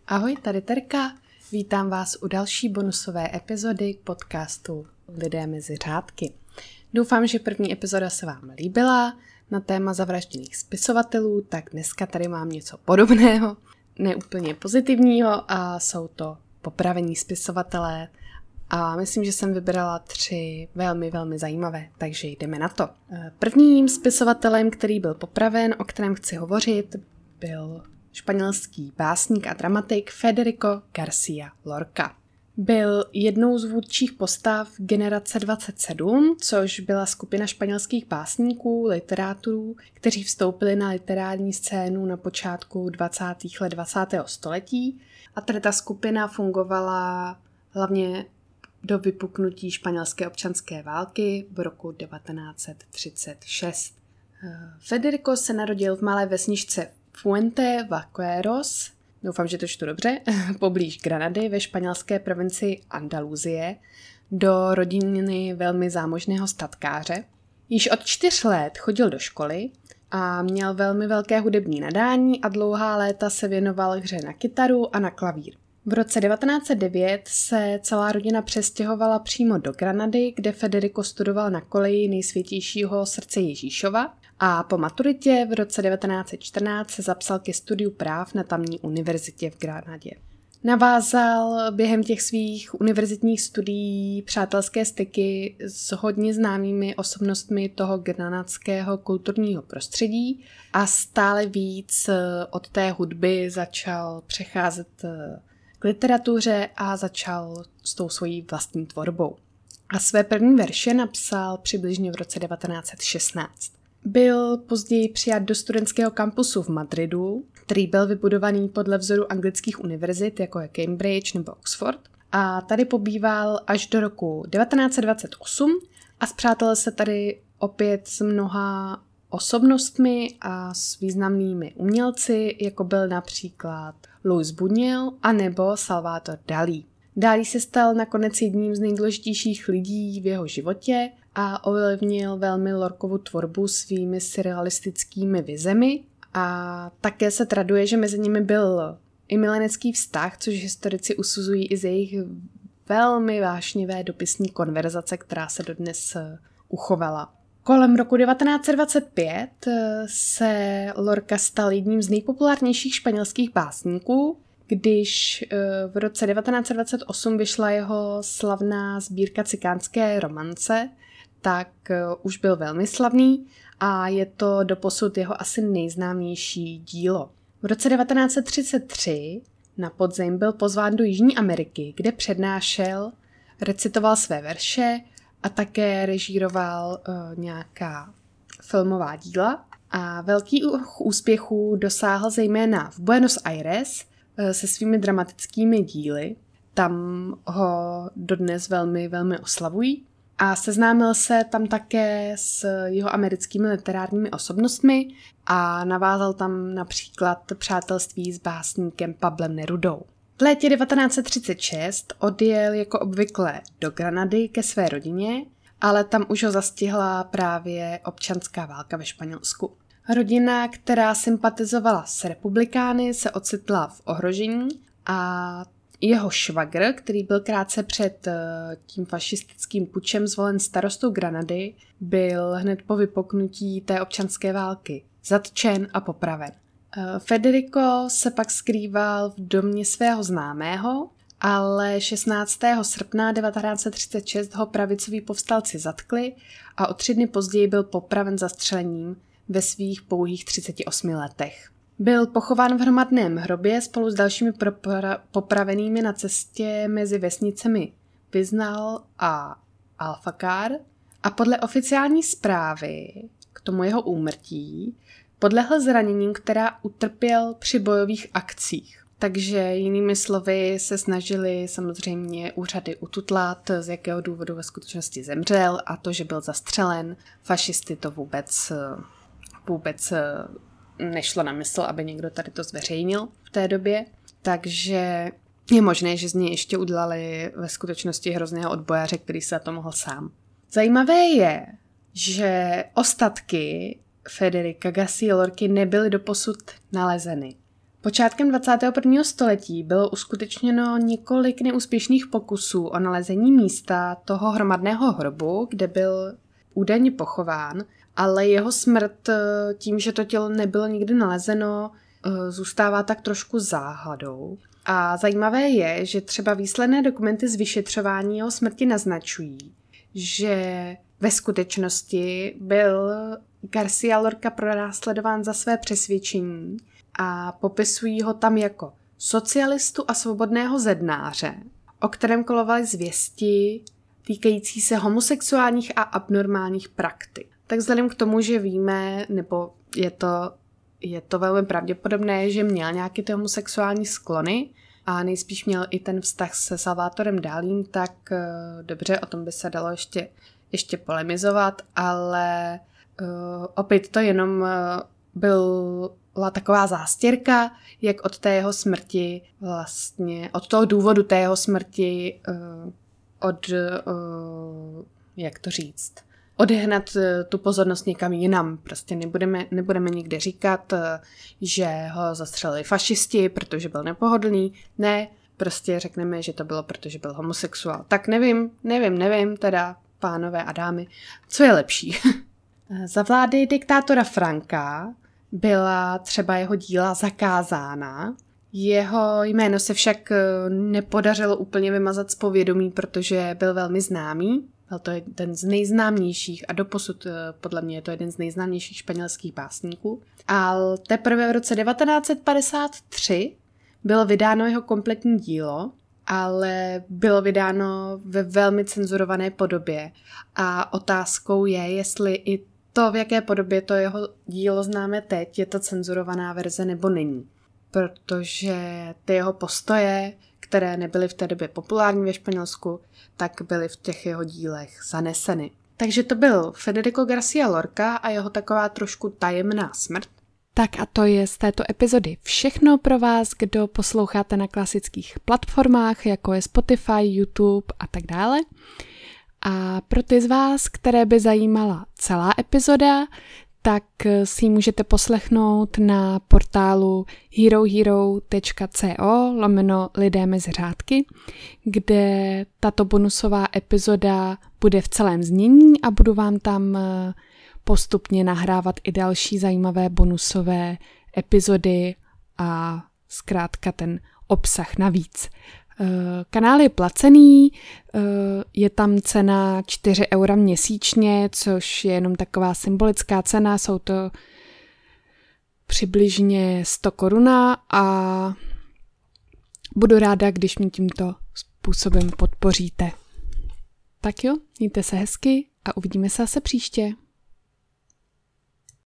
Ahoj, tady Terka. Vítám vás u další bonusové epizody podcastu Lidé mezi řádky. Doufám, že první epizoda se vám líbila na téma zavražděných spisovatelů, tak dneska tady mám něco podobného, neúplně pozitivního a jsou to popravení spisovatelé a myslím, že jsem vybrala 3 velmi zajímavé, takže jdeme na to. Prvním spisovatelem, který byl popraven, o kterém chci hovořit, byl španělský básník a dramatik Federico García Lorca. Byl jednou z vůdčích postav Generace 27, což byla skupina španělských básníků, literátorů, kteří vstoupili na literární scénu na počátku 20. let 20. století. A tady ta skupina fungovala hlavně do vypuknutí španělské občanské války v roku 1936. Federico se narodil v malé vesničce Fuente Vaqueros, doufám, že to čtu dobře, poblíž Granady ve španělské provincii Andalusie, do rodiny velmi zámožného statkáře. Již od 4 let chodil do školy a měl velmi velké hudební nadání a dlouhá léta se věnoval hře na kytaru a na klavír. V roce 1909 se celá rodina přestěhovala přímo do Granady, kde Federico studoval na koleji Nejsvětějšího srdce Ježíšova a po maturitě v roce 1914 se zapsal ke studiu práv na tamní univerzitě v Granadě. Navázal během těch svých univerzitních studií přátelské styky s hodně známými osobnostmi toho granadského kulturního prostředí a stále víc od té hudby začal přecházet k literatuře a začal s tou svojí vlastní tvorbou. A své první verše napsal přibližně v roce 1916. Byl později přijat do studentského kampusu v Madridu, který byl vybudovaný podle vzoru anglických univerzit, jako je Cambridge nebo Oxford. A tady pobýval až do roku 1928 a spřátelil se tady opět s mnoha osobnostmi a s významnými umělci, jako byl například Luis Buñuel a nebo Salvador Dalí. Dalí se stal nakonec jedním z nejdůležitějších lidí v jeho životě a ovlivnil velmi Lorcovu tvorbu svými surrealistickými vizemi a také se traduje, že mezi nimi byl i milenecký vztah, což historici usuzují i z jejich velmi vášnivé dopisní konverzace, která se dodnes uchovala. Kolem roku 1925 se Lorca stal jedním z nejpopulárnějších španělských básníků, když v roce 1928 vyšla jeho slavná sbírka Cikánské romance, tak už byl velmi slavný a je to doposud jeho asi nejznámější dílo. V roce 1933 na podzim byl pozván do Jižní Ameriky, kde přednášel, recitoval své verše a také režíroval nějaká filmová díla. A velký úspěchů dosáhl zejména v Buenos Aires se svými dramatickými díly. Tam ho dodnes velmi oslavují. A seznámil se tam také s jeho americkými literárními osobnostmi a navázal tam například přátelství s básníkem Pablem Nerudou. V létě 1936 odjel jako obvykle do Granady ke své rodině, ale tam už ho zastihla právě občanská válka ve Španělsku. Rodina, která sympatizovala s republikány, se ocitla v ohrožení a jeho švagr, který byl krátce před tím fašistickým pučem zvolen starostou Granady, byl hned po vypuknutí té občanské války zatčen a popraven. Federico se pak skrýval v domě svého známého, ale 16. srpna 1936 ho pravicoví povstalci zatkli a o 3 dny později byl popraven zastřelením ve svých pouhých 38 letech. Byl pochován v hromadném hrobě spolu s dalšími popravenými na cestě mezi vesnicemi Viznal a Alfacar a podle oficiální zprávy k tomu jeho úmrtí podlehl zraněním, která utrpěl při bojových akcích. Takže jinými slovy se snažili samozřejmě úřady ututlat, z jakého důvodu ve skutečnosti zemřel a to, že byl zastřelen. Fašisty to vůbec nešlo na mysl, aby někdo tady to zveřejnil v té době. Takže je možné, že z něj ještě udělali ve skutečnosti hrozného odbojáře, který se za to mohl sám. Zajímavé je, že ostatky Federica García Lorky nebyly doposud nalezeny. Počátkem 21. století bylo uskutečněno několik neúspěšných pokusů o nalezení místa toho hromadného hrobu, kde byl údajně pochován, ale jeho smrt tím, že to tělo nebylo nikdy nalezeno, zůstává tak trošku záhadou. A zajímavé je, že třeba výsledné dokumenty z vyšetřování jeho smrti naznačují, že ve skutečnosti byl García Lorca pronásledován za své přesvědčení a popisují ho tam jako socialistu a svobodného zednáře, o kterém kolovaly zvěsti týkající se homosexuálních a abnormálních praktik. Tak vzhledem k tomu, že víme, nebo je to velmi pravděpodobné, že měl nějaké ty homosexuální sklony a nejspíš měl i ten vztah se Salvadorem Dalím, tak dobře, o tom by se dalo ještě polemizovat, ale opět to jenom byla taková zástěrka, jak od té jeho smrti vlastně, od toho důvodu té jeho smrti jak to říct, odehnat tu pozornost někam jinam. Prostě nebudeme nikde říkat, že ho zastřelili fašisti, protože byl nepohodlný. Ne, prostě řekneme, že to bylo, protože byl homosexuál. Tak nevím, teda pánové a dámy, co je lepší. Za vlády diktátora Franka byla třeba jeho díla zakázána. Jeho jméno se však nepodařilo úplně vymazat z povědomí, protože byl velmi známý. Byl to jeden z nejznámějších a doposud podle mě je to jeden z nejznámějších španělských básníků. A teprve v roce 1953 bylo vydáno jeho kompletní dílo, ale bylo vydáno ve velmi cenzurované podobě. A otázkou je, jestli i to, v jaké podobě to jeho dílo známe teď, je to cenzurovaná verze nebo není. Protože ty jeho postoje, které nebyly v té době populární ve Španělsku, tak byly v těch jeho dílech zaneseny. Takže to byl Federico García Lorca a jeho taková trošku tajemná smrt. Tak a to je z této epizody všechno pro vás, kdo posloucháte na klasických platformách, jako je Spotify, YouTube a tak dále. A pro ty z vás, které by zajímala celá epizoda, tak si ji můžete poslechnout na portálu herohero.co/lidé mezi řádky, kde tato bonusová epizoda bude v celém znění a budu vám tam postupně nahrávat i další zajímavé bonusové epizody a zkrátka ten obsah navíc. Kanál je placený, je tam cena 4 € měsíčně, což je jenom taková symbolická cena, jsou to přibližně 100 Kč a budu ráda, když mě tímto způsobem podpoříte. Tak jo, mějte se hezky a uvidíme se zase příště.